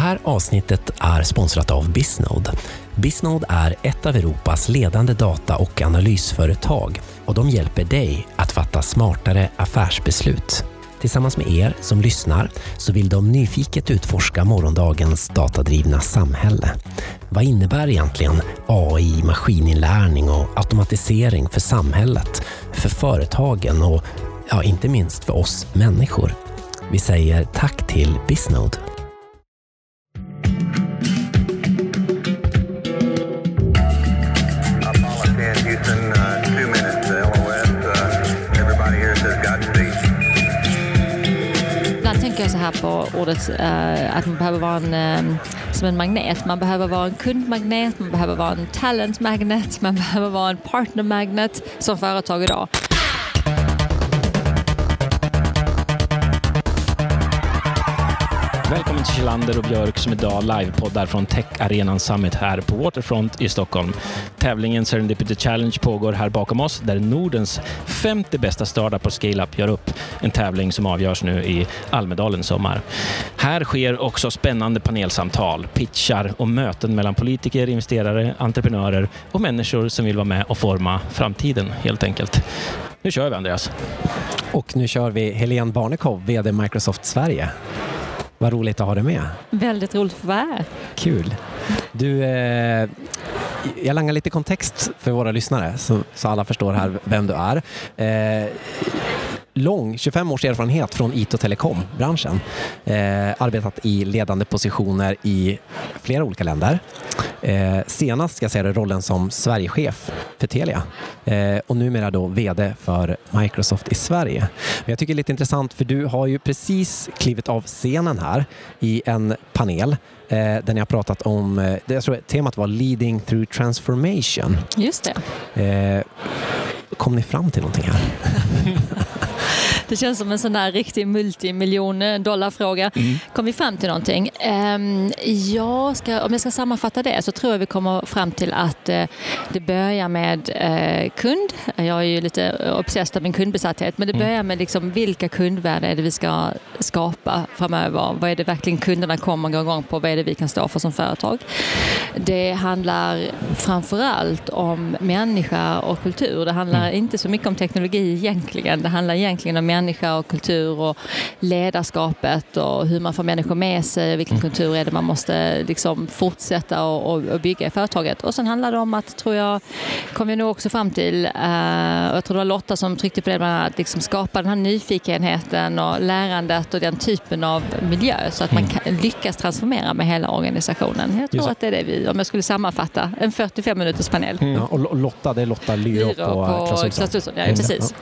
här avsnittet är sponsrat av Bisnode. Bisnode är ett av Europas ledande data- och analysföretag och de hjälper dig att fatta smartare affärsbeslut. Tillsammans med er som lyssnar så vill de nyfiket utforska morgondagens datadrivna samhälle. Vad innebär egentligen AI, maskininlärning och automatisering för samhället, för företagen och inte minst för oss människor? Vi säger tack till Bisnode. Så här på ordet att man behöver vara som en magnet. Man behöver vara en kundmagnet, man behöver vara en talent magnet, man behöver vara en partner magnet som företag idag. Välkommen till Kjellander och Björk som idag livepoddar från Tech Arenan Summit här på Waterfront i Stockholm. Tävlingen Serendipity Challenge pågår här bakom oss där Nordens 50 bästa startup och scale-up gör upp en tävling som avgörs nu i Almedalen sommar. Här sker också spännande panelsamtal, pitchar och möten mellan politiker, investerare, entreprenörer och människor som vill vara med och forma framtiden helt enkelt. Nu kör vi, Andreas. Och nu kör vi Helene Barnekow, vd Microsoft Sverige. Vad roligt att ha dig med. Väldigt roligt för att vara här. Kul. Du, jag langar lite kontext för våra lyssnare så alla förstår här vem du är. Lång, 25 års erfarenhet från IT- och telekombranschen. Arbetat i ledande positioner i flera olika länder. Senast ska jag säga rollen som Sverigechef för Telia. Och numera då vd för Microsoft i Sverige. Men jag tycker det är lite intressant för du har ju precis klivit av scenen här i en panel där ni har pratat om, jag tror temat var Leading through Transformation. Just det. Kom ni fram till någonting här? Det känns som en sån där riktig multimiljon-dollar-fråga. Kom vi fram till någonting? Om jag ska sammanfatta det så tror jag vi kommer fram till att det börjar med kund. Jag är ju lite obsessed av min kundbesatthet, men det börjar med liksom vilka kundvärden är det vi ska skapa framöver? Vad är det verkligen kunderna kommer gå igång på? Vad är det vi kan stå för som företag? Det handlar framförallt om människa och kultur. Det handlar inte så mycket om teknologi egentligen. Det handlar egentligen om människa och kultur och ledarskapet och hur man får människor med sig och vilken kultur är det man måste liksom fortsätta och bygga i företaget. Och sen handlar det om att, tror jag, kom vi nog också fram till, jag tror det var Lotta som tryckte på det, att liksom skapa den här nyfikenheten och lärandet och den typen av miljö så att man kan lyckas transformera med hela organisationen. Jag tror att det är det vi, om jag skulle sammanfatta, en 45 minuters panel. Ja, och Lotta, det är Lotta Lyro på Clas Ohlson. Ja, precis.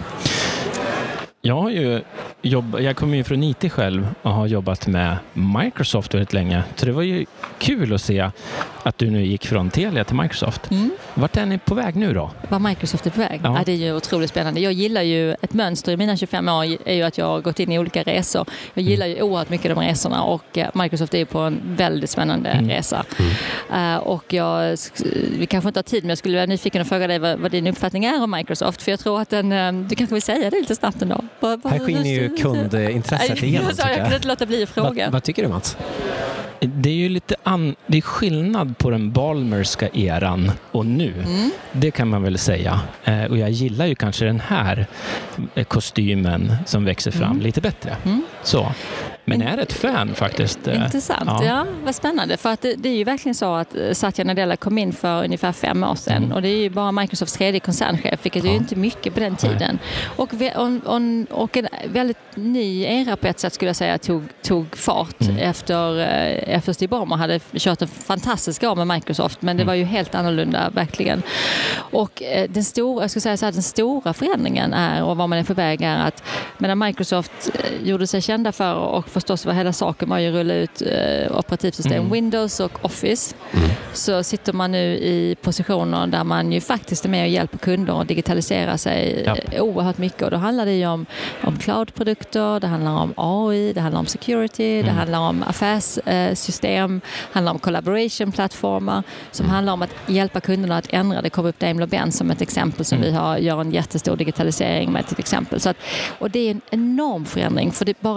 Jag kommer ju från IT själv och har jobbat med Microsoft väldigt länge. Så det var ju kul att se att du nu gick från Telia till Microsoft. Vart är ni på väg nu då? Var Microsoft är på väg? Ja, det är ju otroligt spännande. Jag gillar ju ett mönster i mina 25 år är ju att jag har gått in i olika resor. Jag gillar ju oerhört mycket de resorna och Microsoft är ju på en väldigt spännande resa. Och vi kanske inte har tid, men jag skulle vara nyfiken att fråga dig vad din uppfattning är om Microsoft. För jag tror att du kanske vill säga det lite snabbt ändå. Här skiner ju kundintresset igenom. Jag kan inte låta bli fråga. Vad tycker du, Mats? Det är ju lite det är skillnad på den Ballmerska eran och nu. Det kan man väl säga. Och jag gillar ju kanske den här kostymen som växer fram lite bättre. Så. Men är ett fan faktiskt. Intressant, ja. Vad spännande. För att det är ju verkligen så att Satya Nadella kom in för ungefär 5 år sedan. Och det är ju bara Microsofts 3D koncernchef, vilket är ju inte mycket på den tiden. Och en väldigt ny era på ett sätt skulle jag säga tog fart efter Steve Ballmer hade kört en fantastisk år med Microsoft. Men det var ju helt annorlunda, verkligen. Och den stora förändringen är, och vad man är på väg är att medan Microsoft gjorde sig kända för och förstås var hela saken var ju att rulla ut operativsystem Windows och Office. Så sitter man nu i positioner där man ju faktiskt är med och hjälper kunder att digitalisera sig oerhört mycket. Och då handlar det ju om cloudprodukter, det handlar om AI, det handlar om security, det handlar om affärssystem, det handlar om collaboration-plattformar som handlar om att hjälpa kunderna att ändra. Det kom upp Daimler-Benz som ett exempel som vi gör en jättestor digitalisering med till exempel. Så att, och det är en enorm förändring, för det bara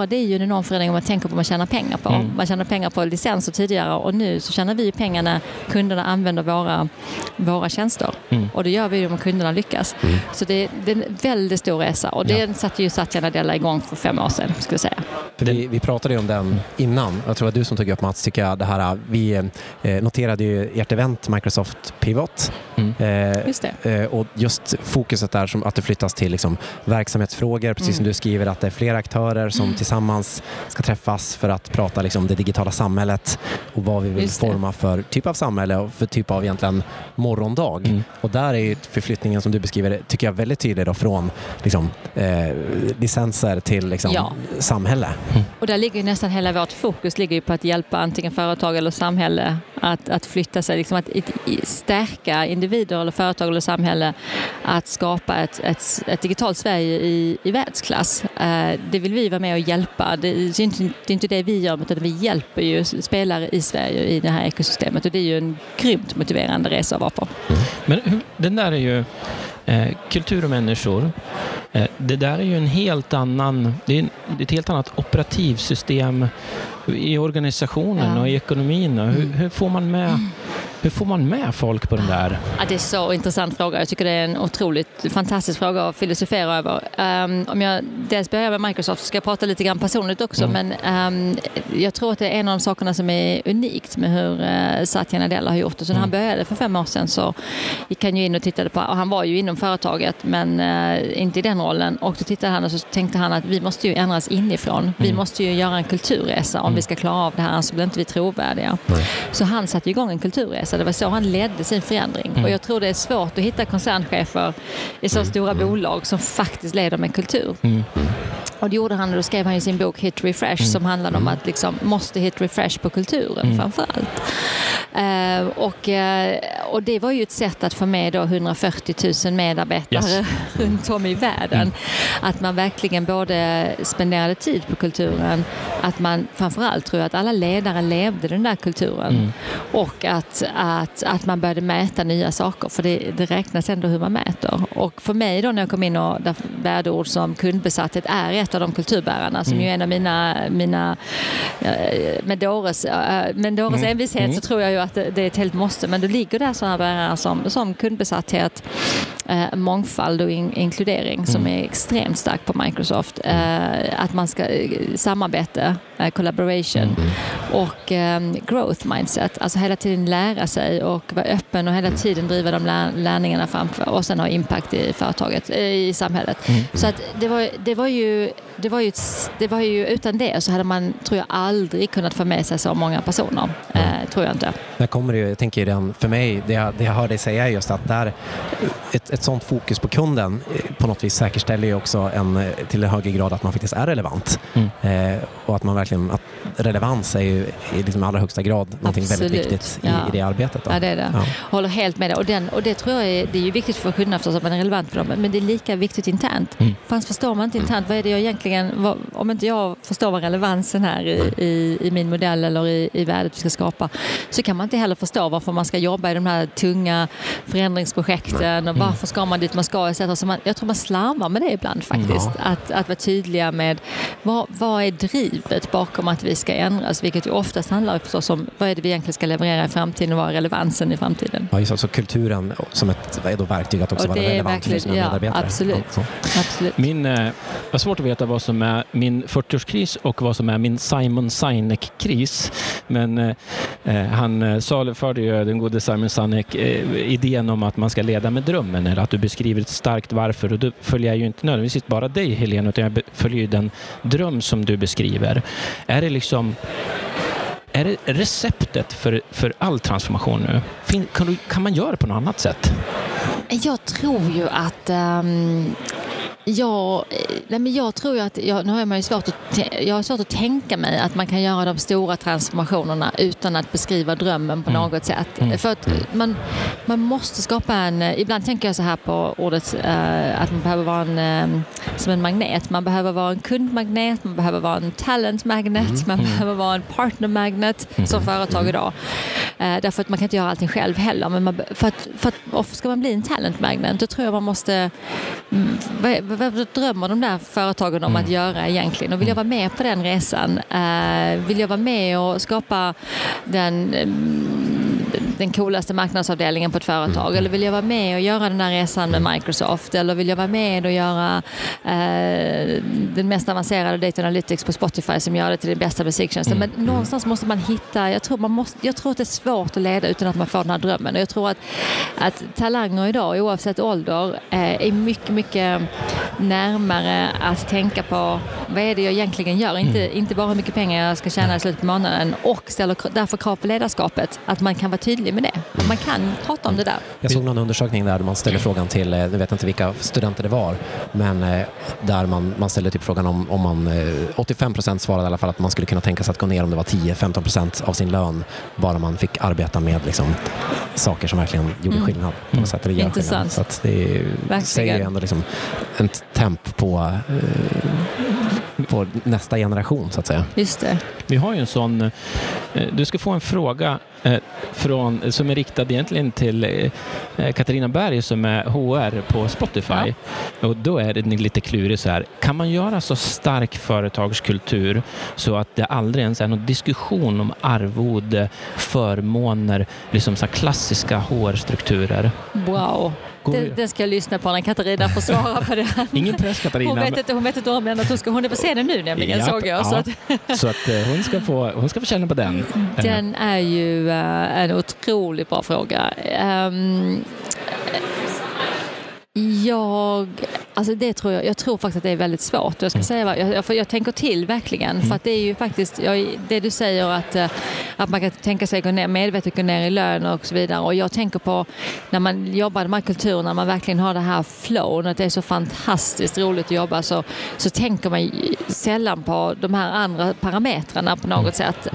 bara det är ju en enorm förändring om man tänker på vad man tjänar pengar på. Man tjänar pengar på licenser tidigare och nu så tjänar vi ju pengar när kunderna använder våra tjänster. Och det gör vi ju om kunderna lyckas. Så det är en väldigt stor resa och det satte ju Satya Nadella igång för 5 år sedan, skulle jag säga. För vi pratade ju om den innan. Jag tror att du som tog upp, Mats, tycker jag det här. Vi noterade ju ert event Microsoft Pivot. Just det. Och just fokuset där som att det flyttas till liksom verksamhetsfrågor, precis som du skriver, att det är flera aktörer som tillsammans ska träffas för att prata liksom det digitala samhället och vad vi vill forma för typ av samhälle och för typ av egentligen morgondag. Och där är ju förflyttningen som du beskriver, tycker jag, väldigt tydlig då, från liksom, licenser till liksom, samhälle. Och där ligger ju nästan hela vårt fokus ligger ju på att hjälpa antingen företag eller samhälle att flytta sig, liksom att stärka individer eller företag eller samhälle att skapa ett digitalt Sverige i världsklass. Det vill vi vara med och hjälpa. Det är inte det vi gör, utan vi hjälper ju spelare i Sverige i det här ekosystemet och det är ju en grymt motiverande resa att vara på. Men den där är ju kultur och människor. Det där är ju en helt annan, det är ett helt annat operativsystem i organisationen och i ekonomin. Hur får man med folk på den där? Ja, det är så intressant fråga. Jag tycker det är en otroligt fantastisk fråga att filosofera över. Om jag dels börjar med Microsoft så ska jag prata lite grann personligt också. Men jag tror att det är en av de sakerna som är unikt med hur Satya Nadella har gjort det. Så när han började för 5 år sedan så gick han ju in och tittade på, och han var ju inom företaget men inte i den rollen. Och då tittade han och så tänkte han att vi måste ju ändras inifrån. Vi måste ju göra en kulturresa om vi ska klara av det här, så blir inte vi trovärdiga. Så han satte igång en kulturresa. Det var så han ledde sin förändring. Och jag tror det är svårt att hitta koncernchefer i så stora bolag som faktiskt leder med kultur. Och det gjorde han, och då skrev han i sin bok Hit Refresh som handlade om att liksom måste hit refresh på kulturen framförallt. Och det var ju ett sätt att få med då 140 000 medarbetare runt om i världen. Att man verkligen både spenderade tid på kulturen, att man framförallt tror att alla ledare levde den där kulturen och att man började mäta nya saker, för det räknas ändå hur man mäter. Och för mig då när jag kom in och där värdeord som kundbesatthet är ett av de kulturbärarna som ju är en av mina med Dores envishet så tror jag ju att det är ett helt måste, men det ligger där sådana bärare som kundbesatthet, mångfald och inkludering som är extremt stark på Microsoft. Att man ska samarbete, collaboration och growth mindset, alltså hela tiden lära sig och vara öppen och hela tiden driva de lärningarna framför och sen ha impact i företaget, i samhället. Så att det var ju utan det så hade man, tror jag, aldrig kunnat få med sig så många personer. Tror jag inte. Där kommer det ju, jag tänker den, för mig, det jag hör dig säga är just att där ett sånt fokus på kunden på något vis säkerställer ju också till en högre grad att man faktiskt är relevant. Och att man verkligen, att relevans är ju i liksom allra högsta grad någonting väldigt viktigt i det arbetet. Då. Ja, det är det. Ja. Håller helt med det. Och det tror jag det är ju viktigt för kunderna förstås att man är relevant för dem, men det är lika viktigt internt. Fast förstår man inte internt, vad är det jag egentligen, om inte jag förstår vad relevansen här i min modell eller i värdet vi ska skapa, så kan man inte heller förstå varför man ska jobba i de här tunga förändringsprojekten och varför ska man dit man ska. Så jag tror man slarvar med det ibland faktiskt. Att vara tydliga med vad är drivet bakom att vi ska ändras, vilket ju oftast handlar förstås om vad är det vi egentligen ska leverera i framtiden och vad är relevansen i framtiden. Ja, just alltså kulturen som ett verktyg att också vara relevant för sina medarbetare. Absolut. Det var svårt att veta vad som är min 40-årskris och vad som är min Simon Sinek-kris. Men han saluförde ju, den gode Simon Sinek, idén om att man ska leda med drömmen, eller att du beskriver ett starkt varför, och då följer jag ju inte nödvändigtvis bara dig, Helene, utan jag följer ju den dröm som du beskriver. Är det receptet för all transformation nu? Kan man göra det på något annat sätt? Jag tror ju att jag tror ju att nu har man ju jag har svårt att tänka mig att man kan göra de stora transformationerna utan att beskriva drömmen på något sätt. För att man måste skapa ibland tänker jag så här på ordet att man behöver vara som en magnet. Man behöver vara en kundmagnet, man behöver vara en talentmagnet, man behöver vara en partnermagnet som företag idag. Därför att man kan inte göra allting själv heller. Men för att ska man bli en talentmagnet, då tror jag man måste vad drömmer de där företagen om att göra egentligen? Och vill jag vara med på den resan? Vill jag vara med och skapa den coolaste marknadsavdelningen på ett företag? Eller vill jag vara med och göra den här resan med Microsoft? Eller vill jag vara med och göra den mest avancerade data analytics på Spotify som gör det till den bästa musiktjänsten? Men någonstans måste man hitta, jag tror att det är svårt att leda utan att man får den här drömmen. Och jag tror att talanger idag, oavsett ålder, är mycket, mycket närmare att tänka på vad är det jag egentligen gör. Inte bara hur mycket pengar jag ska tjäna i slutet på månaden, och ställer därför krav på ledarskapet. Att man kan vara tydlig med det. Man kan prata om det där. Jag såg någon undersökning där man ställer frågan till, jag vet inte vilka studenter det var, men där man ställde typ frågan om man 85% svarade i alla fall att man skulle kunna tänka sig att gå ner om det var 10-15% av sin lön, bara man fick arbeta med liksom saker som verkligen gjorde skillnad på något sätt, eller gör skillnad. Så att det säger ju ändå liksom en temp på nästa generation, så att säga. Just det. Vi har ju en sån, du ska få en fråga som är riktad egentligen till Katarina Berg som är HR på Spotify. Ja. Och då är det lite klurigt så här. Kan man göra så stark företagskultur så att det aldrig ens är någon diskussion om arvode, förmåner, liksom så här klassiska HR-strukturer? Wow. Det ska jag lyssna på när Katarina får svara på det. Ingen press, Katarina. Hon vet inte om att hon är på scenen nu nämligen, såg jag. Ja. Så att hon ska få känna på den. Den är ju en otroligt bra fråga. Jag tror faktiskt att det är väldigt svårt. Jag ska säga jag tänker till verkligen, för att det är ju faktiskt det du säger att man kan tänka sig medvetet gå ner i lön och så vidare. Och jag tänker på när man jobbar i de här kulturerna, när man verkligen har det här flow, att det är så fantastiskt roligt att jobba, så tänker man sällan på de här andra parametrarna på något sätt.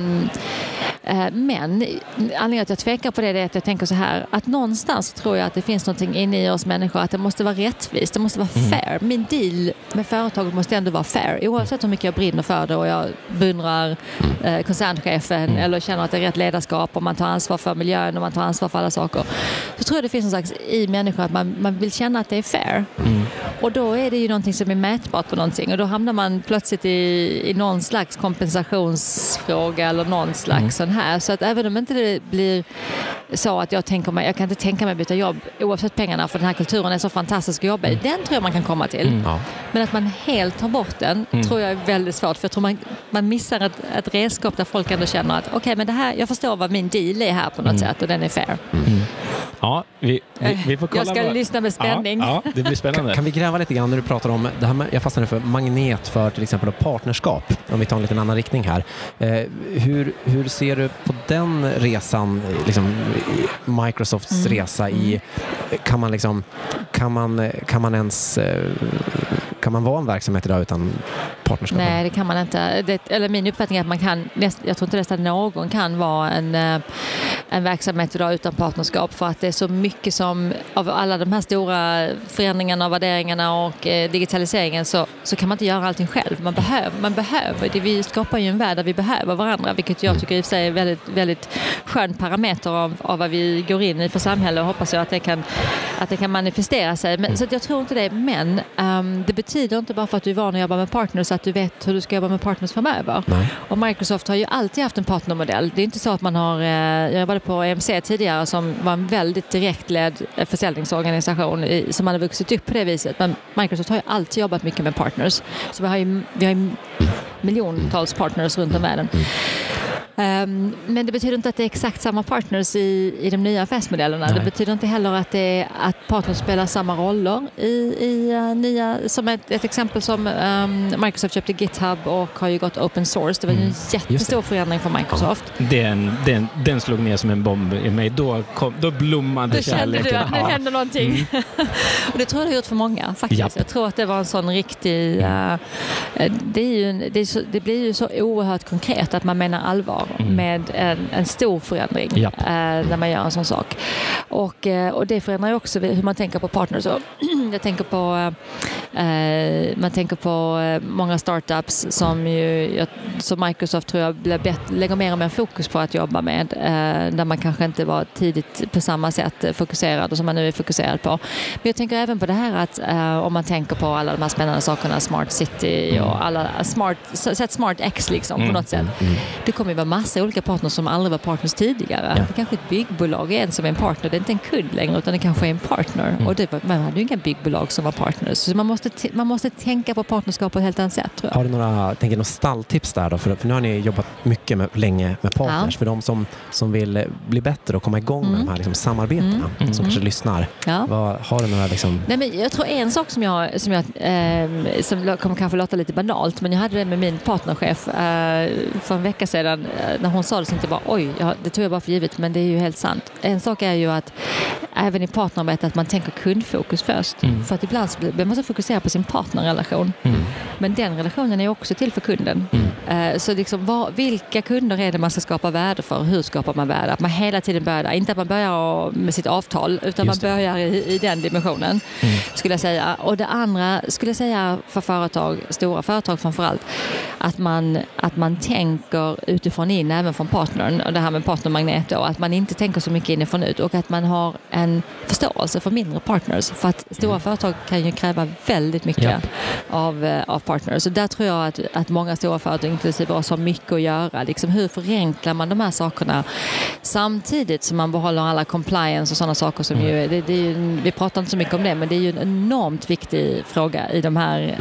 Men anledningen att jag tvekar på det är att jag tänker så här, att någonstans tror jag att det finns någonting inne i oss människor, att det måste vara rättvist, det måste vara fair. Min deal med företaget måste ändå vara fair, oavsett hur mycket jag brinner för det och jag beundrar koncernchefen eller känner att det är rätt ledarskap och man tar ansvar för miljön och man tar ansvar för alla saker. Så tror jag det finns någon slags i människor att man vill känna att det är fair. Och då är det ju någonting som är mätbart på någonting, och då hamnar man plötsligt i någon slags kompensationsfråga eller någon slags sån här. Så att även om inte det blir så att jag kan inte tänka mig att byta jobb oavsett pengarna, för den här kulturen är så fantastisk att jobba i. Den tror jag man kan komma till. Men att man helt tar bort den tror jag är väldigt svårt, för jag tror man missar ett redskap där folk ändå känner att okej, men det här, jag förstår vad min deal är här på något sätt, och den är fair. Ja, vi får kolla. Jag ska lyssna med spänning. Ja, det blir spännande. Kan vi gräva lite grann när du pratar om det här med, jag fastnade för magnet för till exempel partnerskap, om vi tar en liten annan riktning här. Hur ser du på den resan, liksom Microsofts resa i, kan man vara en verksamhet idag utan partnerskap? Nej, det kan man inte. Eller min uppfattning är att man kan, jag tror inte nästan någon kan vara en verksamhet idag utan partnerskap, för att det är så mycket som av alla de här stora förändringarna och värderingarna och digitaliseringen, så kan man inte göra allting själv. Man behöver det. Vi skapar ju en värld där vi behöver varandra, vilket jag tycker i sig är väldigt, väldigt skön parameter av vad vi går in i för samhälle, och hoppas jag att det kan manifestera sig. Men, så att jag tror inte det, men det betyder inte bara för att du är van att jobba med partners att du vet hur du ska jobba med partners framöver. Nej. Och Microsoft har ju alltid haft en partnermodell. Det är inte så att man har, jag jobbade på EMC tidigare som var en väldigt direktledd försäljningsorganisation som hade vuxit upp på det viset. Men Microsoft har ju alltid jobbat mycket med partners. Så vi har ju miljontals partners runt om världen. Men det betyder inte att det är exakt samma partners i de nya affärsmodellerna. Nej. Det betyder inte heller att partners spelar samma roller i nya, som ett exempel som Microsoft köpte GitHub och har ju gått open source. Det var en jättestor förändring för Microsoft. Den slog ner som en bomb i mig. Då blommade kärleken. Då kände du att nu händer någonting. Och det tror jag det har gjort för många faktiskt. Japp. Jag tror att det var en sån riktig det blir ju så oerhört konkret att man menar allvar med en stor förändring när man gör en sån sak. Och det förändrar ju också hur man tänker på partners. Jag tänker på Man tänker på många startups som Microsoft tror jag lägger mer och mer fokus på att jobba med, där man kanske inte var tidigt på samma sätt fokuserad och som man nu är fokuserad på. Men jag tänker även på det här att om man tänker på alla de här spännande sakerna, Smart City och alla Smart X liksom på något sätt. Det kommer ju vara massa olika partners som aldrig var partners tidigare. Det kanske ett byggbolag är en som är en partner, det är inte en kund längre utan det kanske är en partner. Och man hade ju inga byggbolag som var partners. Så man måste tänka på partnerskap på ett helt annat sätt, tror jag. Har du några stalltips där då? För nu har ni jobbat mycket länge med partners. För de som vill bli bättre och komma igång med de här liksom samarbetena, som kanske lyssnar. Har du några liksom... Nej, men jag tror en sak som kommer kanske låta lite banalt, men jag hade det med min partnerchef för en vecka sedan när hon sa det, så inte bara det tog jag bara för givet, men det är ju helt sant. En sak är ju att även i partnerarbete att man tänker kundfokus först. För att ibland man måste fokusera på sin partnerrelation. Men den relationen är också till för kunden. Så liksom, vilka kunder är det man ska skapa värde för? Hur skapar man värde? Att man hela tiden börjar, inte att man börjar med sitt avtal, utan man börjar i den dimensionen, skulle jag säga. Och det andra skulle jag säga för företag, stora företag framförallt, att man tänker utifrån in, även från partnern, och det här med partnermagnet då, att man inte tänker så mycket inifrån ut, och att man har en förståelse för mindre partners, för att stora företag kan ju kräva väldigt mycket av partners. Så där tror jag att många stora företag, inklusive oss, har mycket att göra. Liksom, hur förenklar man de här sakerna samtidigt som man behåller alla compliance och sådana saker som vi pratar inte så mycket om det, men det är ju en enormt viktig fråga i de här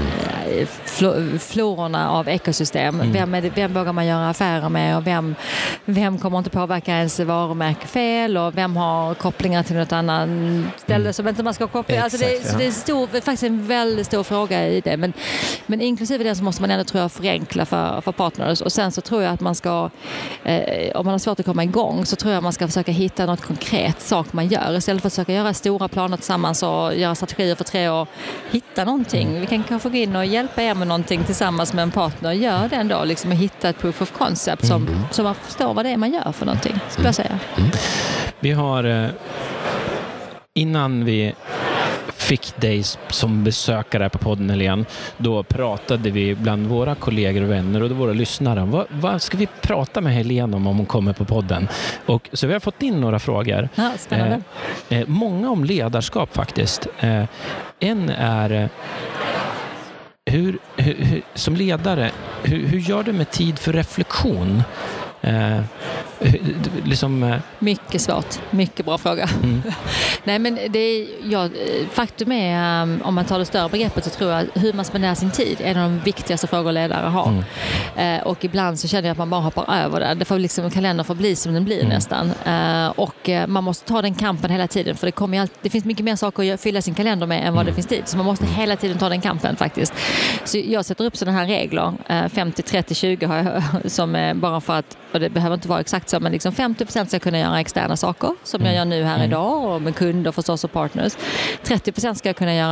flororna av ekosystem. Vem vågar man göra affärer med, och vem kommer inte påverka ens varumärke fel, och vem har kopplingar till något annat ställe som inte man ska koppla. Alltså det är faktiskt en väldigt stor fråga i det, men inklusive det så måste man ändå, tror jag, förenkla för partners. Och sen så tror jag att man ska, om man har svårt att komma igång, så tror jag att man ska försöka hitta något konkret sak man gör, istället för att försöka göra stora planer tillsammans och göra strategier för 3 år. Hitta någonting. Vi kan kanske gå in och hjälpa er med någonting tillsammans med en partner. Gör den då, liksom, och hitta ett proof of concept som man förstår vad det är man gör för någonting, skulle jag säga. Vi har, innan vi fick dig som besökare på podden, Helene, då pratade vi bland våra kollegor och vänner och våra lyssnare. Vad ska vi prata med Helene om hon kommer på podden? Och så vi har fått in några frågor. Ja, spännande. Många om ledarskap faktiskt. En är hur som ledare, hur gör du med tid för reflektion? Mycket svårt, mycket bra fråga. Nej, men faktum är, om man tar det större begreppet, så tror jag att hur man spenderar sin tid är en av de viktigaste frågor ledare har. Och ibland så känner jag att man bara hoppar över det. Det får liksom, kalendern får bli som den blir nästan. Och man måste ta den kampen hela tiden, för det finns mycket mer saker att fylla sin kalender med än vad det finns tid. Så man måste hela tiden ta den kampen faktiskt. Så jag sätter upp sådana här regler, 50-30-20 har jag, som är bara för att, och det behöver inte vara exakt så, men liksom 50% ska kunna göra externa saker som jag gör nu här idag, och med kunder förstås och partners. 30% ska jag kunna göra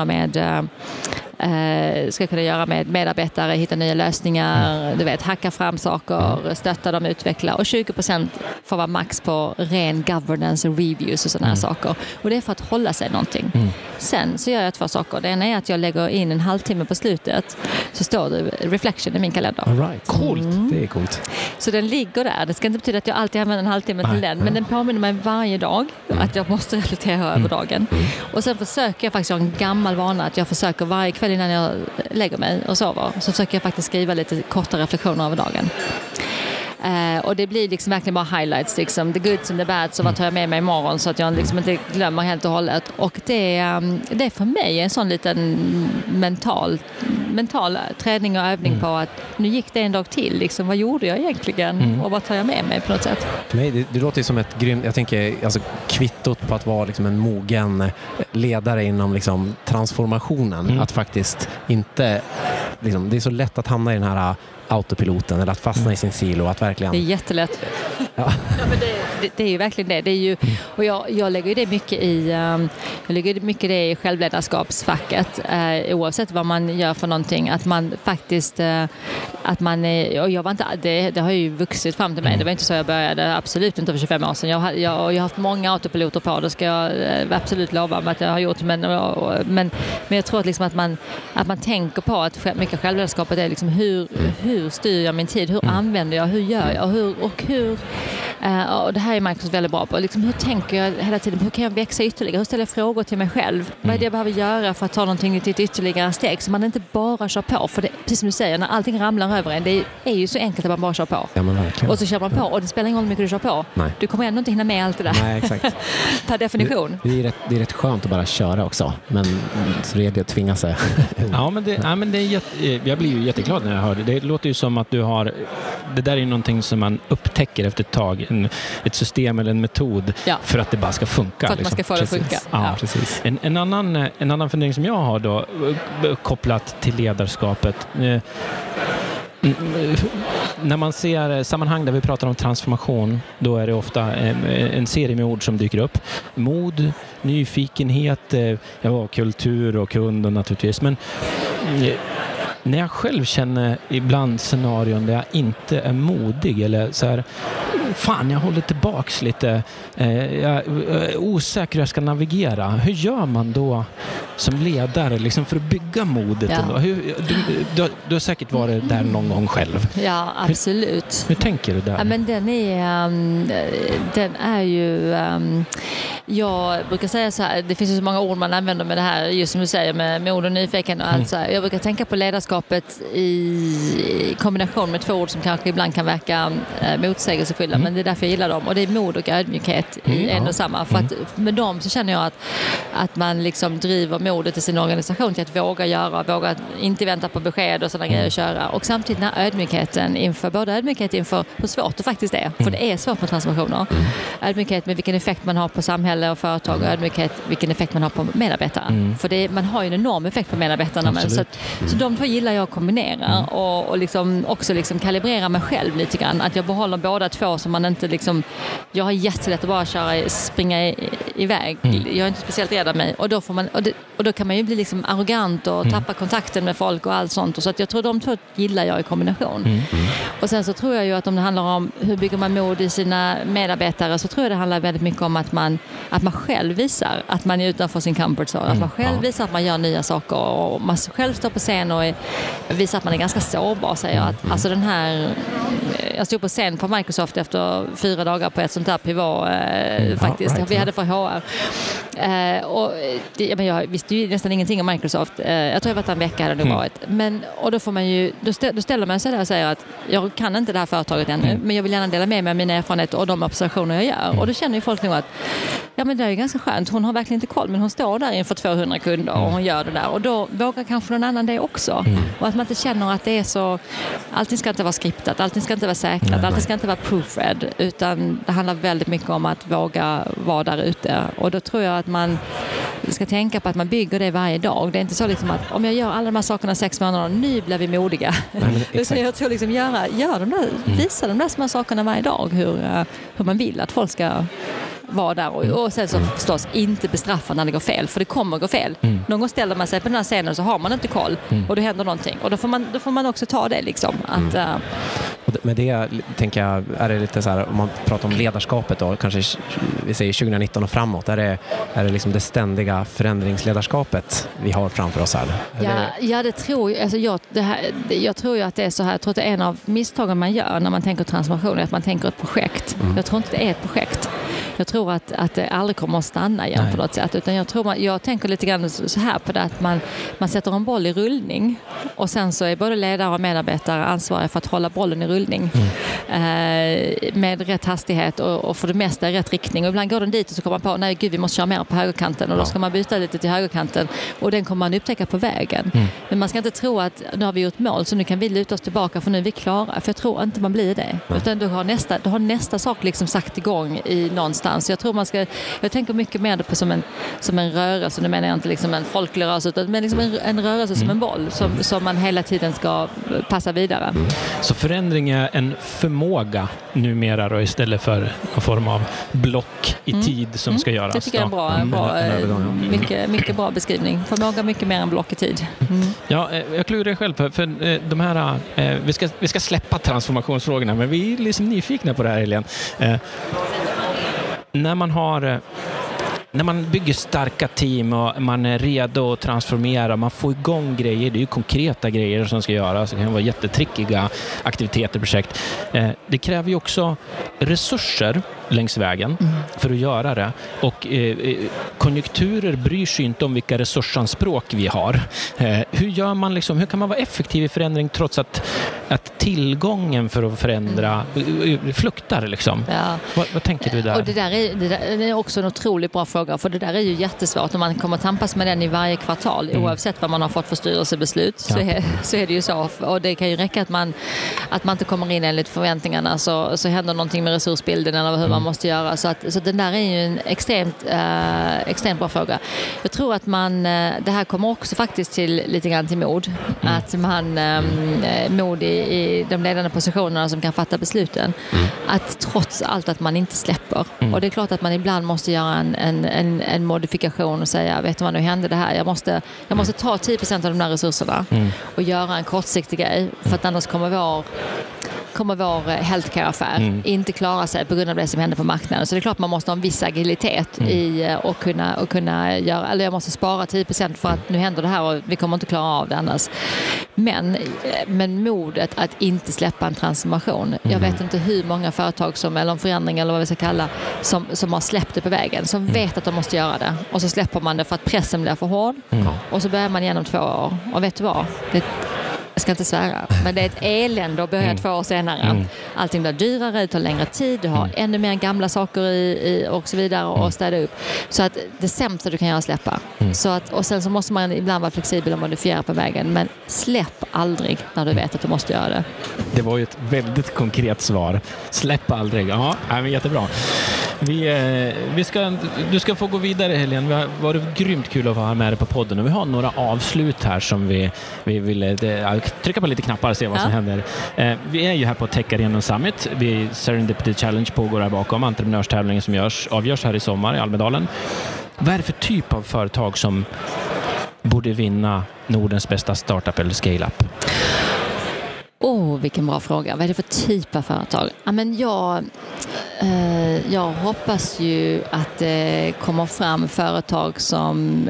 med medarbetare, hitta nya lösningar, hacka fram saker, stötta dem, utveckla, och 20% får vara max på ren governance och reviews och sådana här saker. Och det är för att hålla sig någonting. Sen så gör jag 2 saker. Det ena är att jag lägger in en halvtimme på slutet, så står det reflection i min kalender. All right. Coolt. Det är coolt. Så den ligger där. Det ska inte betyda att jag alltid använder en halvtimme till den, men den påminner mig varje dag att jag måste reflektera över dagen. Och sen försöker jag faktiskt ha en gammal vana att jag försöker varje kväll innan jag lägger mig och sover, så försöker jag faktiskt skriva lite korta reflektioner över dagen. Och det blir liksom verkligen bara highlights, liksom the goods and the bad, så vad tar jag med mig imorgon, så att jag liksom inte glömmer helt och hållet. Och det är för mig en sån liten mental träning och övning på att nu gick det en dag till, liksom, vad gjorde jag egentligen och vad tar jag med mig på något sätt. För mig, det låter som ett grymt, jag tänker, alltså, kvittot på att vara liksom en mogen ledare inom liksom transformationen, att faktiskt inte liksom, det är så lätt att hamna i den här autopiloten eller att fastna i sin silo, att verkligen... Det är jättelätt. Ja, men det är ju verkligen det. Det är ju, och jag lägger ju det mycket i självledarskapsfacket, oavsett vad man gör för någonting, att man faktiskt och jag var inte, det har ju vuxit fram till mig. Det var inte så jag började, absolut inte för 25 år sedan. Jag har haft många autopiloter på, det ska jag absolut lova att jag har gjort, men jag tror att liksom att man tänker på att mycket självledarskapet är liksom hur styr jag min tid, hur använder jag, hur gör jag och det här är Microsoft väldigt bra på. Liksom, hur tänker jag hela tiden? Hur kan jag växa ytterligare? Hur ställer jag frågor till mig själv? Vad är det jag behöver göra för att ta någonting till ett ytterligare steg? Så man inte bara kör på. För det, precis som du säger, när allting ramlar över en, det är ju så enkelt att man bara kör på. Ja, men verkligen. Och så kör man på och det spelar ingen roll hur mycket du kör på. Nej. Du kommer ändå inte hinna med allt det där. Nej, exakt. Per definition. Det är rätt skönt att bara köra också. Men så är det att tvinga sig. Ja, men det är jag blir ju jätteglad när jag hör det. Det låter ju som att du har... Det där är någonting som man upptäcker efter ett tag. Ett system eller en metod för att det bara ska funka. För att man ska få det att funka. Ja, precis. En annan fundering som jag har då kopplat till ledarskapet. När man ser sammanhang där vi pratar om transformation, då är det ofta en serie med ord som dyker upp. Mod, nyfikenhet, kultur och kunder naturligtvis. Men när jag själv känner ibland scenarion där jag inte är modig eller så här, fan, jag håller tillbaks lite, jag är osäker hur jag ska navigera. Hur gör man då som ledare liksom för att bygga modet? Ja. Du har säkert varit där någon gång själv. Ja, absolut. Hur tänker du där? Ja, men den är ju... Jag brukar säga så här, det finns ju så många ord man använder med det här, just som du säger, med mod och nyfiken och allt så här. Jag brukar tänka på ledarskapet i kombination med två ord som kanske ibland kan verka motsägelsefulla, men det är därför jag gillar dem. Och det är mod och ödmjukhet i en och samma. För att med dem så känner jag att man liksom driver modet i sin organisation till att våga inte vänta på besked och sådana grejer att köra. Och samtidigt när ödmjukhet inför hur svårt det faktiskt är. För det är svårt med transformationer. Ödmjukhet med vilken effekt man har på samhället och företag, och ödmjukhet vilken effekt man har på medarbetare. För man har ju en enorm effekt på medarbetarna. Så de två gillar jag att kombinera och liksom också liksom kalibrera mig själv lite grann. Att jag behåller båda två, så man inte liksom... Jag har jättelätt att bara springa iväg. Jag är inte speciellt rädd av mig. Och då kan man ju bli liksom arrogant och tappa kontakten med folk och allt sånt. Och så att jag tror de två gillar jag i kombination. Och sen så tror jag ju att om det handlar om hur bygger man mod i sina medarbetare, så tror jag det handlar väldigt mycket om att man själv visar att man är utanför sin comfort zone. Att man själv visar att man gör nya saker och man själv står på scen och visar att man är ganska sårbar. Säger att alltså jag stod på scen på Microsoft efter 4 dagar på ett sånt här pivot faktiskt. Vi hade för HR. Jag visste ju nästan ingenting om Microsoft. Jag tror jag var en vecka hade det varit. Och då får man ju, då ställer man sig där och säger att jag kan inte det här företaget ännu, men jag vill gärna dela med mig av mina erfarenheter och de observationer jag gör. Och då känner ju folk nog att men det är ju ganska skönt. Hon har verkligen inte koll, men hon står där inför 200 kunder och hon gör det där. Och då vågar kanske någon annan det också. Och att man inte känner att det är så... Allting ska inte vara skriptat, allting ska inte vara säkrat, allting ska inte vara proofread, utan det handlar väldigt mycket om att våga vara där ute. Och då tror jag att man ska tänka på att man bygger det varje dag. Det är inte så liksom att om jag gör alla de här sakerna 6 månader, nu blir vi modiga. Utan jag tror liksom visa de där små sakerna varje dag, hur man vill att folk ska vara där och sen så förstås inte bestraffa när det går fel, för det kommer gå fel. Någon gång ställer man sig på den här scenen så har man inte koll och då händer någonting och då får man också ta det liksom att med det tänker jag, är det lite så här, om man pratar om ledarskapet då, kanske vi säger 2019 och framåt, är det liksom det ständiga förändringsledarskapet vi har framför oss här? Ja, det tror jag. Alltså jag tror ju att det är så här. Jag tror att det är en av misstagen man gör när man tänker transformation, att man tänker ett projekt. Jag tror inte det är ett projekt. Jag tror att det aldrig kommer att stanna igen på något sätt. Utan jag tänker lite grann så här på det, att man sätter en boll i rullning och sen så är både ledare och medarbetare ansvariga för att hålla bollen i rullning med rätt hastighet och för det mesta i rätt riktning. Och ibland går den dit och så kommer man på, nej gud, vi måste köra mer på högerkanten, och då ska man byta lite till högerkanten och den kommer man upptäcka på vägen. Men man ska inte tro att nu har vi gjort mål så nu kan vi luta oss tillbaka för nu är vi klara. För jag tror inte man blir det. Utan du har nästa sak liksom sagt igång i någonstans någonstans. Jag tänker mycket mer på som en rörelse. Nu menar jag inte liksom en folklig rörelse, utan men liksom en rörelse som en boll som man hela tiden ska passa vidare. Så förändring är en förmåga numera då, istället för någon form av block i tid som ska göras. Det tycker jag är en bra mycket bra beskrivning. Förmåga mycket mer än block i tid. Ja, jag klurar själv för de här vi ska släppa transformationsfrågorna, men vi är liksom nyfikna på det här, Helene. När man bygger starka team och man är redo att transformera, man får igång grejer, det är ju konkreta grejer som ska göras, det kan vara jättetrickiga aktiviteter, projekt. Det kräver ju också resurser längs vägen för att göra det, och konjunkturer bryr sig inte om vilka resursanspråk vi har. Hur gör man hur kan man vara effektiv i förändring trots att tillgången för att förändra fluktar liksom? Ja. Vad tänker du där? Och det är också en otroligt bra fråga, för det där är ju jättesvårt om man kommer tampas med den i varje kvartal, oavsett vad man har fått för styrelsebeslut, så är det ju så. Och det kan ju räcka att man inte kommer in enligt förväntningarna, så händer någonting med resursbilden eller hur man måste göra. Så den där är ju en extremt bra fråga. Jag tror att det här kommer också faktiskt till lite grann till mod. Att man mod i de ledande positionerna som kan fatta besluten. Att trots allt att man inte släpper. Och det är klart att man ibland måste göra en modifikation och säga, vet du vad, nu hände det här. Jag måste ta 10% av de där resurserna och göra en kortsiktig grej, för att annars kommer vår healthcare-affär inte klara sig på grund av det som händer på marknaden. Så det är klart man måste ha en viss agilitet i att kunna göra, eller jag måste spara 10% för att nu händer det här och vi kommer inte klara av det annars. Men modet att inte släppa en transformation. Jag vet inte hur många företag eller en förändring eller vad vi ska kalla som har släppt det på vägen, som vet att de måste göra det, och så släpper man det för att pressen blir för hård och så börjar man igenom 2 år. Och vet du vad? Jag ska inte svära, men det är ett elände att börja 2 år senare. Allting blir dyrare, det tar längre tid, du har ännu mer gamla saker i och så vidare och städa upp. Så att det sämsta du kan göra är släppa. Och sen så måste man ibland vara flexibel och modifiera på vägen, men släpp aldrig när du vet att du måste göra det. Det var ju ett väldigt konkret svar. Släpp aldrig. Ja, men jättebra. Du ska få gå vidare, Helene. Det har varit grymt kul att vara med dig på podden, och vi har några avslut här som vi vill trycka på lite knappar och se vad som händer. Vi är ju här på Tech Arenan Summit. Serendipity Challenge pågår här bakom, entreprenörstävlingen som avgörs här i sommar i Almedalen. Vad är det för typ av företag som borde vinna Nordens bästa startup eller scale-up? Vilken bra fråga. Vad är det för typ av företag? Ja, men jag hoppas ju att det kommer fram företag som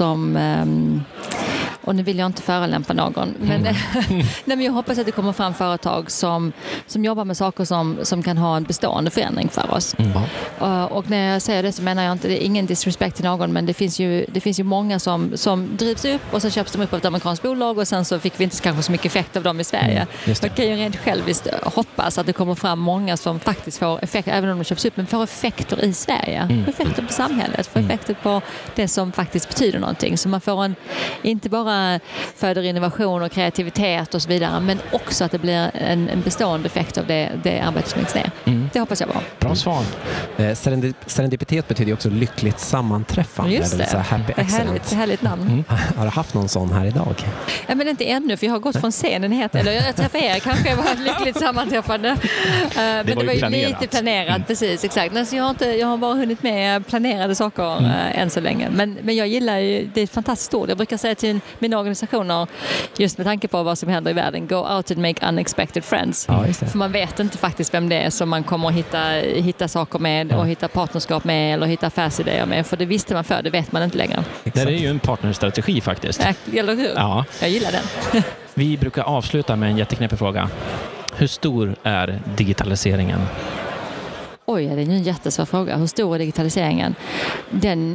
och nu vill jag inte förolämpa någon, men jag hoppas att det kommer fram företag som jobbar med saker som kan ha en bestående förändring för oss. Och när jag säger det så menar jag inte, det är ingen disrespect till någon, men det finns ju många som drivs upp och så köps de upp av ett amerikanskt bolag, och sen så fick vi inte kanske så mycket effekt av dem i Sverige. Jag kan ju rent själviskt hoppas att det kommer fram många som faktiskt får effekter, även om de köps upp, men får effekter i Sverige. Får effekter på samhället, får effekter på det som faktiskt betyder någonting. Så man får inte bara föder innovation och kreativitet och så vidare, men också att det blir en bestående effekt av det arbetet som läggs ner. Det hoppas jag på. Bra svar. Serendipitet betyder också lyckligt sammanträffande. Just det. Happy accident. Härligt namn. Har du haft någon sån här idag? Ja, men inte ännu, för jag har gått från scenen eller jag träffade er, kanske var ett lyckligt sammanträffande. Men det var ju lite planerat, precis, exakt. Men jag har bara hunnit med planerade saker än så länge. Men jag gillar ju, det är fantastiskt stort. Jag brukar säga till mina organisationer, just med tanke på vad som händer i världen, go out and make unexpected friends. För man vet inte faktiskt vem det är som man kommer att hitta saker med och hitta partnerskap med eller hitta affärsidéer med. För det visste man förr, det vet man inte längre. Det är ju en partnerstrategi faktiskt. Eller hur? Ja. Jag gillar den. Vi brukar avsluta med en jätteknäppig fråga. Hur stor är digitaliseringen? Oj, det är en jättesvår fråga. Hur stor är digitaliseringen? Den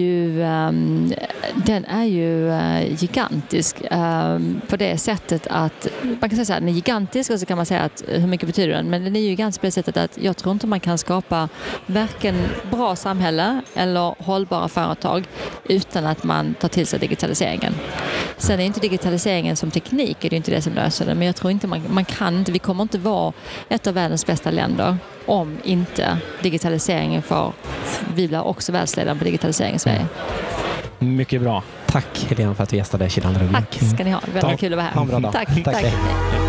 är ju gigantisk på det sättet att man kan säga så här, den är gigantisk, och så kan man säga att hur mycket betyder den? Men den är ju gigantisk på det sättet att jag tror inte man kan skapa varken bra samhälle eller hållbara företag utan att man tar till sig digitaliseringen. Sen är inte digitaliseringen som teknik, är det inte det som löser det. Men jag tror inte vi kommer inte vara ett av världens bästa länder om inte digitaliseringen vi blir också världsledande på digitalisering i Sverige. Mycket bra. Tack Helena för att du gästade Kilander & Wijk. Tack ska ni ha. Väldigt kul att vara här. Ha en bra dag. Tack.